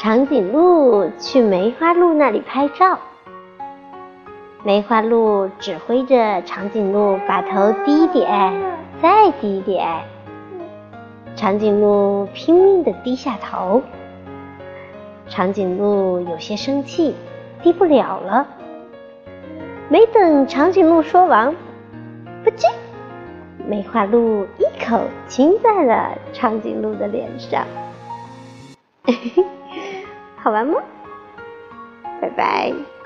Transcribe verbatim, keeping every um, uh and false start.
长颈鹿去梅花鹿那里拍照。梅花鹿指挥着长颈鹿把头低一点，再低一点。长颈鹿拼命地低下头。长颈鹿有些生气，低不了了。没等长颈鹿说完，不吱，梅花鹿一口亲在了长颈鹿的脸上。好玩吗？拜拜。